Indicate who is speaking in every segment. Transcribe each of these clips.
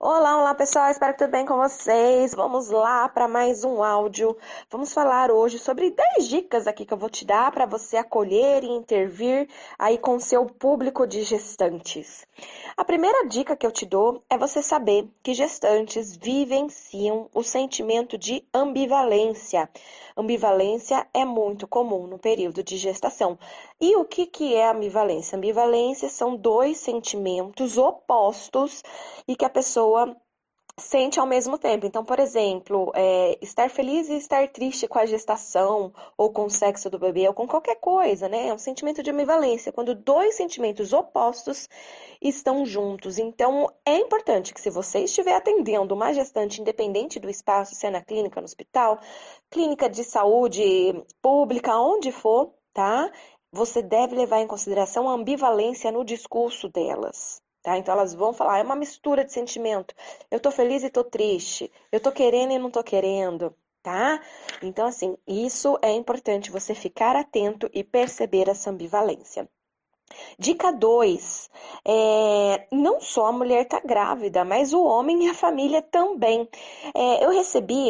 Speaker 1: Olá, olá pessoal, espero que tudo bem com vocês. Vamos lá para mais um áudio. Vamos falar hoje sobre 10 dicas aqui que eu vou te dar para você acolher e intervir aí com o seu público de gestantes. A primeira dica que eu te dou é você saber que gestantes vivenciam o sentimento de ambivalência. Ambivalência é muito comum no período de gestação. E o que é ambivalência? Ambivalência são dois sentimentos opostos e que a pessoa sente ao mesmo tempo. Então, por exemplo, estar feliz e estar triste com a gestação, ou com o sexo do bebê, ou com qualquer coisa, né? É um sentimento de ambivalência, quando dois sentimentos opostos estão juntos. Então, é importante que se você estiver atendendo uma gestante, independente do espaço, se é na clínica, no hospital, clínica de saúde pública, onde for, tá? Você deve levar em consideração a ambivalência no discurso delas. Tá? Então elas vão falar, é uma mistura de sentimento. Eu tô feliz e tô triste. Eu tô querendo e não tô querendo, tá? Então, assim, isso é importante você ficar atento e perceber essa ambivalência. Dica 2, não só a mulher está grávida, mas o homem e a família também. Eu recebi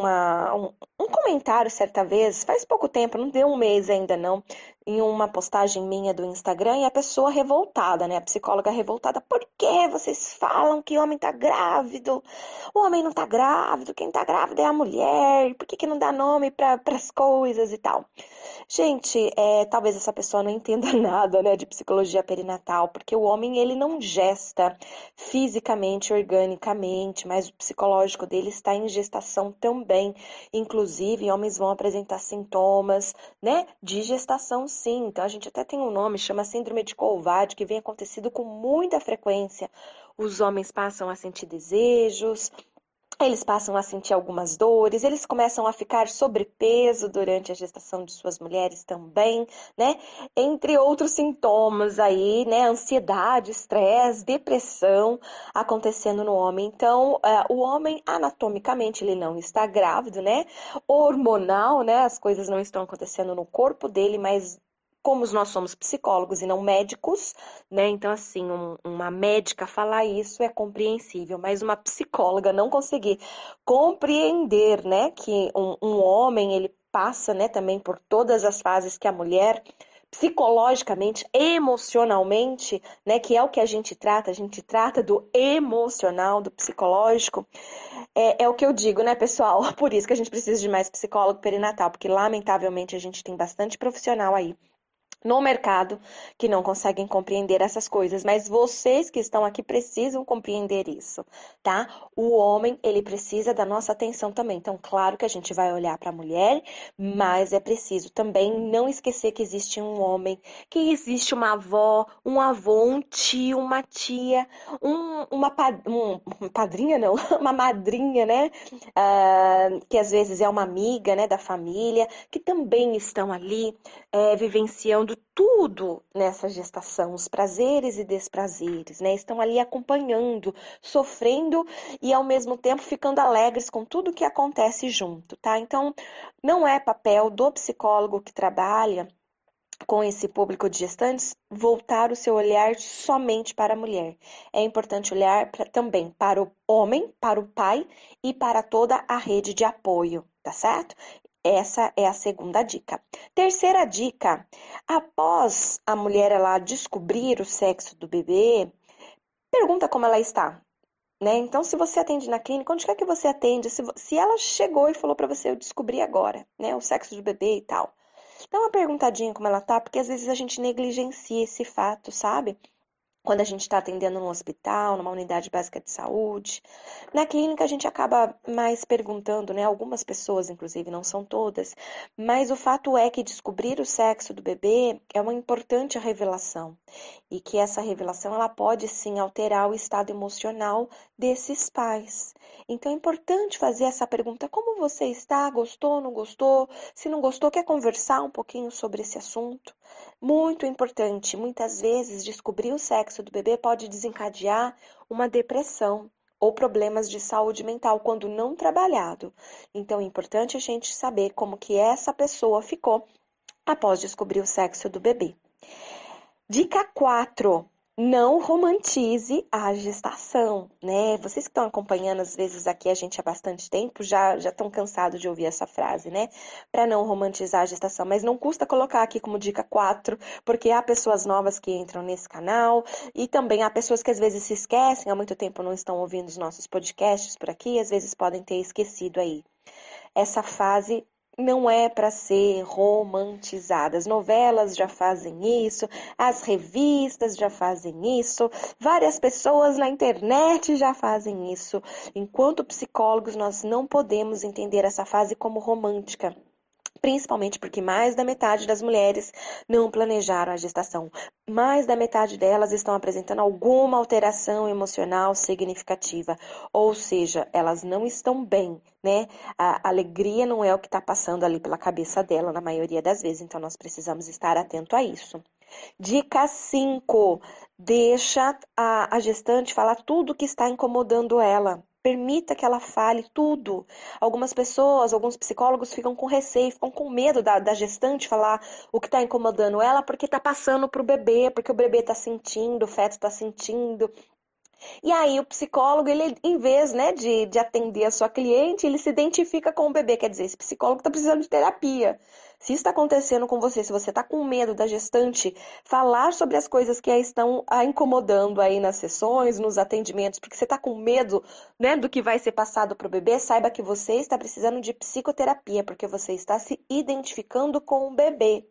Speaker 1: um comentário certa vez, faz pouco tempo, não deu um mês ainda não, em uma postagem minha do Instagram, e a pessoa revoltada, né? A psicóloga revoltada, por que vocês falam que o homem está grávido? O homem não está grávido, quem está grávido é a mulher, por que que não dá nome para as coisas e tal? Gente, talvez essa pessoa não entenda nada, né, de psicologia perinatal, porque o homem ele não gesta fisicamente, organicamente, mas o psicológico dele está em gestação também. Inclusive, homens vão apresentar sintomas, né, de gestação, sim. Então a gente até tem um nome, chama síndrome de Colvard, que vem acontecendo com muita frequência. Os homens passam a sentir desejos, eles passam a sentir algumas dores, eles começam a ficar sobrepeso durante a gestação de suas mulheres também, né? Entre outros sintomas aí, né? Ansiedade, estresse, depressão acontecendo no homem. Então, o homem anatomicamente ele não está grávido, né? Hormonal, né? As coisas não estão acontecendo no corpo dele, mas como nós somos psicólogos e não médicos, né? Então, assim, uma médica falar isso é compreensível, mas uma psicóloga não conseguir compreender, né, que um homem ele passa, né, também por todas as fases que a mulher psicologicamente, emocionalmente, né, que é o que a gente trata do emocional, do psicológico, é o que eu digo, né, pessoal? Por isso que a gente precisa de mais psicólogo perinatal, porque lamentavelmente a gente tem bastante profissional aí no mercado que não conseguem compreender essas coisas, mas vocês que estão aqui precisam compreender isso, tá? O homem, ele precisa da nossa atenção também. Então, claro que a gente vai olhar para a mulher, mas é preciso também não esquecer que existe um homem, que existe uma avó, um avô, um tio, uma tia, uma padrinha, não, uma madrinha, né? Que às vezes é uma amiga, né, da família, que também estão ali vivenciando tudo nessa gestação, os prazeres e desprazeres, né? Estão ali acompanhando, sofrendo e ao mesmo tempo ficando alegres com tudo que acontece junto, tá? Então, não é papel do psicólogo que trabalha com esse público de gestantes voltar o seu olhar somente para a mulher. É importante olhar também para o homem, para o pai e para toda a rede de apoio, tá certo? Essa é a segunda dica. Terceira dica: após a mulher ela descobrir o sexo do bebê, pergunta como ela está. Né? Então, se você atende na clínica, onde quer que você atende? Se ela chegou e falou para você, eu descobri agora, né, o sexo do bebê e tal. Dá uma perguntadinha como ela tá, porque às vezes a gente negligencia esse fato, sabe? Quando a gente está atendendo no hospital, numa unidade básica de saúde. Na clínica a gente acaba mais perguntando, né? Algumas pessoas, inclusive, não são todas, mas o fato é que descobrir o sexo do bebê é uma importante revelação e que essa revelação ela pode sim alterar o estado emocional desses pais. Então é importante fazer essa pergunta: como você está? Gostou, não gostou? Se não gostou, quer conversar um pouquinho sobre esse assunto? Muito importante. Muitas vezes descobrir o sexo do bebê pode desencadear uma depressão ou problemas de saúde mental quando não trabalhado. Então é importante a gente saber como que essa pessoa ficou após descobrir o sexo do bebê. Dica 4. Não romantize a gestação, né? Vocês que estão acompanhando, às vezes, aqui a gente há bastante tempo, já estão cansados de ouvir essa frase, né? Para não romantizar a gestação. Mas não custa colocar aqui como dica 4, porque há pessoas novas que entram nesse canal e também há pessoas que às vezes se esquecem, há muito tempo não estão ouvindo os nossos podcasts por aqui, e às vezes podem ter esquecido aí. Essa fase não é para ser romantizada. As novelas já fazem isso, as revistas já fazem isso, várias pessoas na internet já fazem isso. Enquanto psicólogos, nós não podemos entender essa fase como romântica. Principalmente porque mais da metade das mulheres não planejaram a gestação. Mais da metade delas estão apresentando alguma alteração emocional significativa. Ou seja, elas não estão bem, né? A alegria não é o que está passando ali pela cabeça dela na maioria das vezes. Então, nós precisamos estar atento a isso. Dica 5. Deixa a gestante falar tudo que está incomodando ela. Permita que ela fale tudo. Algumas pessoas, alguns psicólogos ficam com receio, ficam com medo da gestante falar o que está incomodando ela, porque está passando para o bebê, porque o bebê está sentindo, o feto está sentindo. E aí o psicólogo, ele, em vez, né, de atender a sua cliente, ele se identifica com o bebê. Quer dizer, esse psicólogo está precisando de terapia. Se isso está acontecendo com você, se você está com medo da gestante falar sobre as coisas que a estão a incomodando aí nas sessões, nos atendimentos, porque você está com medo, né, do que vai ser passado para o bebê, saiba que você está precisando de psicoterapia, porque você está se identificando com o bebê.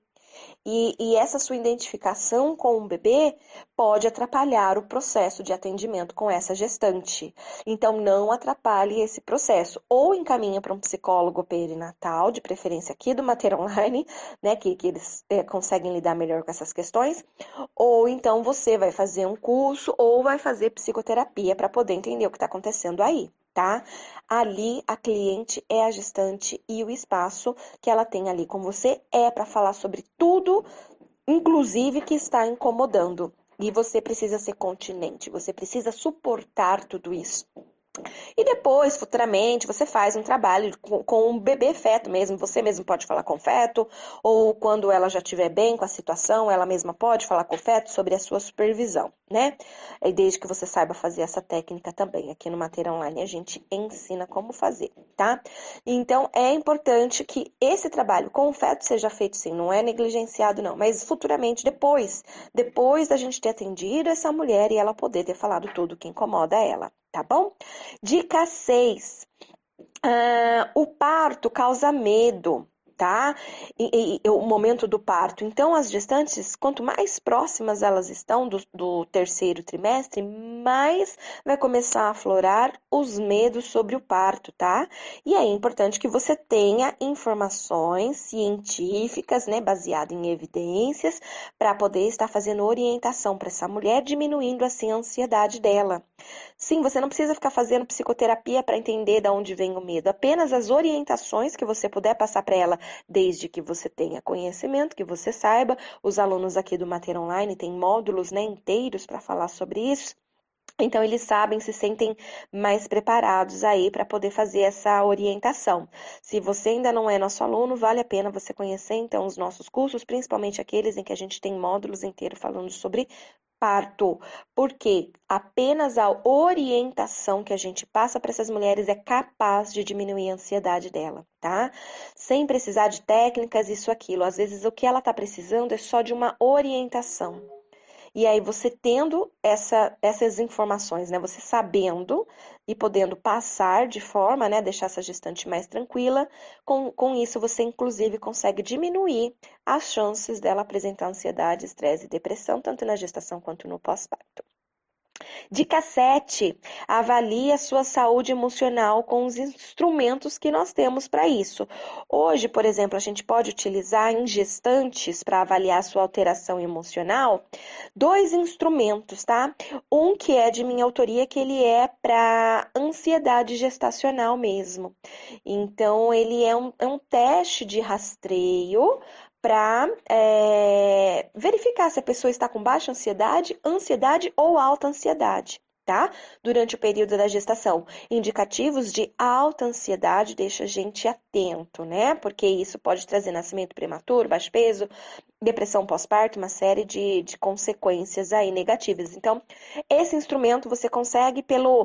Speaker 1: E essa sua identificação com o bebê pode atrapalhar o processo de atendimento com essa gestante. Então, não atrapalhe esse processo. Ou encaminha para um psicólogo perinatal, de preferência aqui do Mater Online, né, que eles conseguem lidar melhor com essas questões. Ou então você vai fazer um curso ou vai fazer psicoterapia para poder entender o que está acontecendo aí. Tá? Ali a cliente é a gestante e o espaço que ela tem ali com você é para falar sobre tudo, inclusive que está incomodando. E você precisa ser continente, você precisa suportar tudo isso. E depois, futuramente, você faz um trabalho com o bebê feto mesmo. Você mesmo pode falar com o feto, ou quando ela já estiver bem com a situação, ela mesma pode falar com o feto sobre a sua supervisão, né? E desde que você saiba fazer essa técnica também. Aqui no Mater Online a gente ensina como fazer, tá? Então, é importante que esse trabalho com o feto seja feito sim, não é negligenciado não, mas futuramente, depois da gente ter atendido essa mulher e ela poder ter falado tudo que incomoda ela, tá bom? Dica 6. O parto causa medo, tá? E o momento do parto. Então, as gestantes, quanto mais próximas elas estão do terceiro trimestre, mais vai começar a aflorar os medos sobre o parto, tá? E é importante que você tenha informações científicas, né, baseadas em evidências, para poder estar fazendo orientação para essa mulher, diminuindo assim a ansiedade dela. Sim, você não precisa ficar fazendo psicoterapia para entender de onde vem o medo. Apenas as orientações que você puder passar para ela, desde que você tenha conhecimento, que você saiba. Os alunos aqui do Mater Online têm módulos, né, inteiros para falar sobre isso. Então, eles sabem, se sentem mais preparados aí para poder fazer essa orientação. Se você ainda não é nosso aluno, vale a pena você conhecer, então, os nossos cursos, principalmente aqueles em que a gente tem módulos inteiros falando sobre parto, porque apenas a orientação que a gente passa para essas mulheres é capaz de diminuir a ansiedade dela, tá? Sem precisar de técnicas, isso, aquilo. Às vezes, o que ela está precisando é só de uma orientação. E aí, você tendo essas informações, né? Você sabendo e podendo passar de forma, né? Deixar essa gestante mais tranquila. Com isso, você, inclusive, consegue diminuir as chances dela apresentar ansiedade, estresse e depressão, tanto na gestação quanto no pós-parto. Dica 7. Avalie a sua saúde emocional com os instrumentos que nós temos para isso. Hoje, por exemplo, a gente pode utilizar em gestantes para avaliar a sua alteração emocional 2 instrumentos, tá? Um que é de minha autoria, que ele é para ansiedade gestacional mesmo. Então, ele é um teste de rastreio para verificar se a pessoa está com baixa ansiedade ou alta ansiedade, tá? Durante o período da gestação. Indicativos de alta ansiedade deixa a gente atento, né? Porque isso pode trazer nascimento prematuro, baixo peso, depressão pós-parto, uma série de consequências aí negativas. Então, esse instrumento você consegue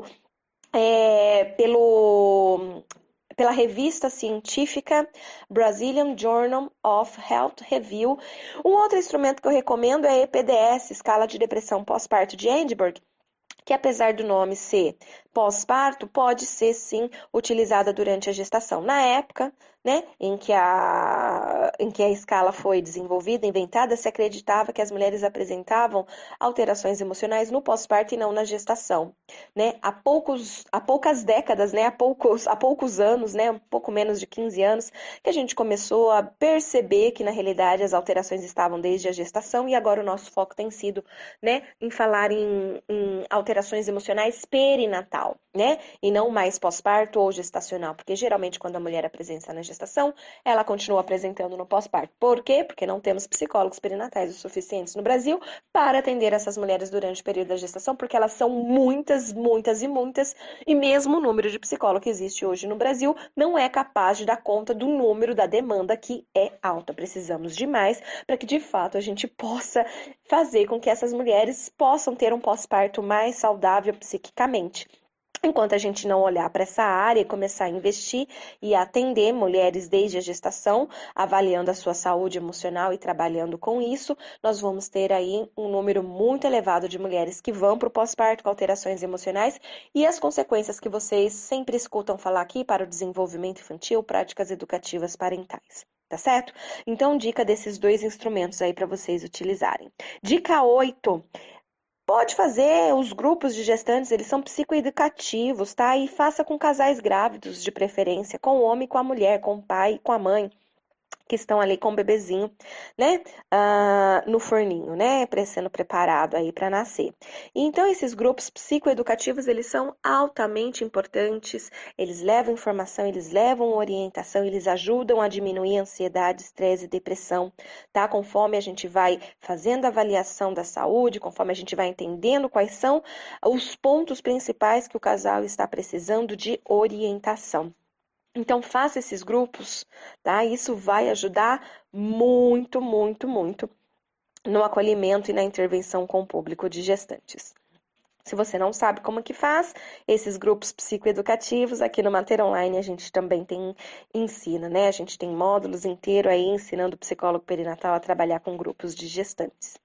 Speaker 1: pela revista científica Brazilian Journal of Health Review. Um outro instrumento que eu recomendo é a EPDS, Escala de Depressão Pós-Parto de Edinburgh, que apesar do nome ser pós-parto, pode ser sim utilizada durante a gestação. Na época, né, em que a escala foi desenvolvida, inventada, se acreditava que as mulheres apresentavam alterações emocionais no pós-parto e não na gestação, né? Há poucas décadas, né, há poucos anos, né, um pouco menos de 15 anos, que a gente começou a perceber que na realidade as alterações estavam desde a gestação e agora o nosso foco tem sido, né, em falar em alterações emocionais perinatal, né? E não mais pós-parto ou gestacional, porque geralmente quando a mulher apresenta na gestação, ela continua apresentando no pós-parto. Por quê? Porque não temos psicólogos perinatais o suficientes no Brasil para atender essas mulheres durante o período da gestação, porque elas são muitas, muitas e muitas, e mesmo o número de psicólogos que existe hoje no Brasil não é capaz de dar conta do número da demanda que é alta. Precisamos de mais para que de fato a gente possa fazer com que essas mulheres possam ter um pós-parto mais saudável psiquicamente. Enquanto a gente não olhar para essa área e começar a investir e atender mulheres desde a gestação, avaliando a sua saúde emocional e trabalhando com isso, nós vamos ter aí um número muito elevado de mulheres que vão para o pós-parto com alterações emocionais e as consequências que vocês sempre escutam falar aqui para o desenvolvimento infantil, práticas educativas parentais. Tá certo? Então, dica desses dois instrumentos aí para vocês utilizarem. Dica 8. Pode fazer, os grupos de gestantes, eles são psicoeducativos, tá? E faça com casais grávidos, de preferência, com o homem e com a mulher, com o pai e com a mãe, que estão ali com o bebezinho, né? No forninho, né? Sendo preparado aí para nascer. Então, esses grupos psicoeducativos, eles são altamente importantes, eles levam informação, eles levam orientação, eles ajudam a diminuir a ansiedade, estresse e depressão, tá? Conforme a gente vai fazendo a avaliação da saúde, conforme a gente vai entendendo quais são os pontos principais que o casal está precisando de orientação. Então, faça esses grupos, tá? Isso vai ajudar muito, muito, muito no acolhimento e na intervenção com o público de gestantes. Se você não sabe como que faz, esses grupos psicoeducativos, aqui no Mater Online a gente também ensina, né? A gente tem módulos inteiros aí ensinando o psicólogo perinatal a trabalhar com grupos de gestantes.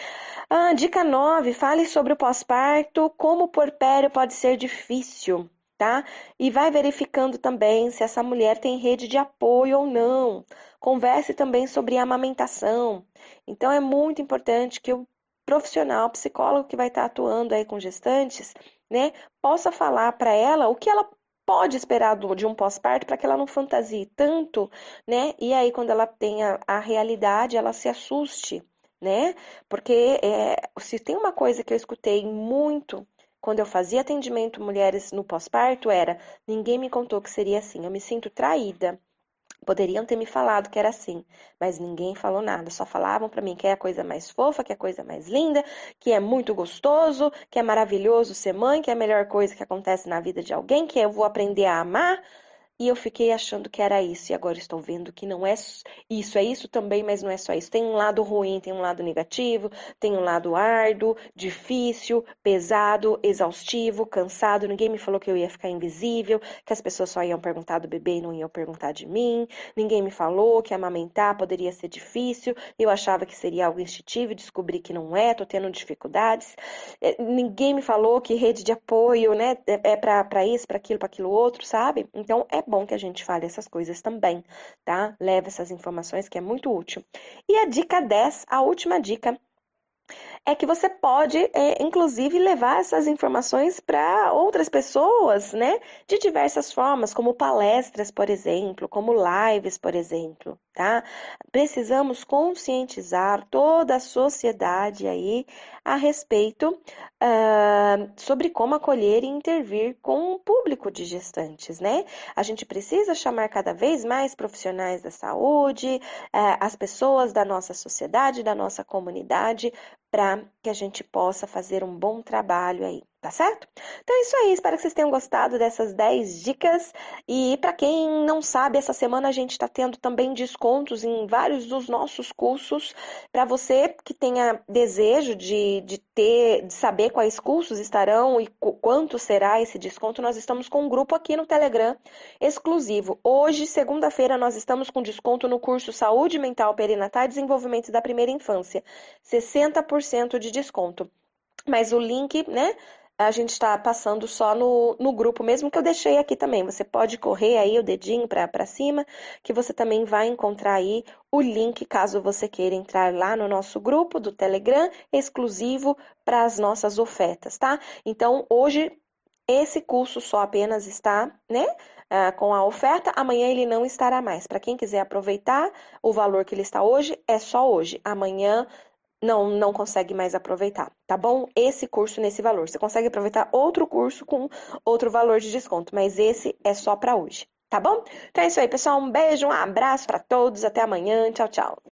Speaker 1: Dica 9, fale sobre o pós-parto, como o puerpério pode ser difícil, tá? E vai verificando também se essa mulher tem rede de apoio ou não. Converse também sobre a amamentação. Então, é muito importante que o profissional, psicólogo que vai estar atuando aí com gestantes, né, possa falar para ela o que ela pode esperar de um pós-parto para que ela não fantasie tanto, né? E aí, quando ela tenha a realidade, ela se assuste, né? Porque se tem uma coisa que eu escutei muito quando eu fazia atendimento mulheres no pós-parto era: ninguém me contou que seria assim, eu me sinto traída. Poderiam ter me falado que era assim, mas ninguém falou nada. Só falavam para mim que é a coisa mais fofa, que é a coisa mais linda, que é muito gostoso, que é maravilhoso ser mãe, que é a melhor coisa que acontece na vida de alguém, que eu vou aprender a amar. E eu fiquei achando que era isso, e agora estou vendo que não é isso, é isso também, mas não é só isso. Tem um lado ruim, tem um lado negativo, tem um lado árduo, difícil, pesado, exaustivo, cansado. Ninguém me falou que eu ia ficar invisível, que as pessoas só iam perguntar do bebê e não iam perguntar de mim. Ninguém me falou que amamentar poderia ser difícil. Eu achava que seria algo instintivo e descobri que não é, tô tendo dificuldades. Ninguém me falou que rede de apoio, né, é para isso, para aquilo outro, sabe? Então é bom que a gente fale essas coisas também, tá? Leve essas informações que é muito útil. E a dica 10, a última dica, é que você pode, inclusive, levar essas informações para outras pessoas, né? De diversas formas, como palestras, por exemplo, como lives, por exemplo, tá? Precisamos conscientizar toda a sociedade aí a respeito sobre como acolher e intervir com o público de gestantes, né? A gente precisa chamar cada vez mais profissionais da saúde, as pessoas da nossa sociedade, da nossa comunidade, para que a gente possa fazer um bom trabalho aí. Tá certo? Então é isso aí, espero que vocês tenham gostado dessas 10 dicas. E para quem não sabe, essa semana a gente está tendo também descontos em vários dos nossos cursos. Para você que tenha desejo de saber quais cursos estarão e quanto será esse desconto, nós estamos com um grupo aqui no Telegram exclusivo. Hoje, segunda-feira, nós estamos com desconto no curso Saúde Mental Perinatal e Desenvolvimento da Primeira Infância. 60% de desconto. Mas o link, né? A gente está passando só no grupo mesmo, que eu deixei aqui também. Você pode correr aí o dedinho para cima, que você também vai encontrar aí o link, caso você queira entrar lá no nosso grupo do Telegram, exclusivo para as nossas ofertas, tá? Então, hoje, esse curso só apenas está, né? Com a oferta, amanhã ele não estará mais. Para quem quiser aproveitar, o valor que ele está hoje é só hoje. Amanhã não consegue mais aproveitar, tá bom? Esse curso nesse valor. Você consegue aproveitar outro curso com outro valor de desconto, mas esse é só para hoje, tá bom? Então é isso aí, pessoal. Um beijo, um abraço para todos. Até amanhã. Tchau, tchau.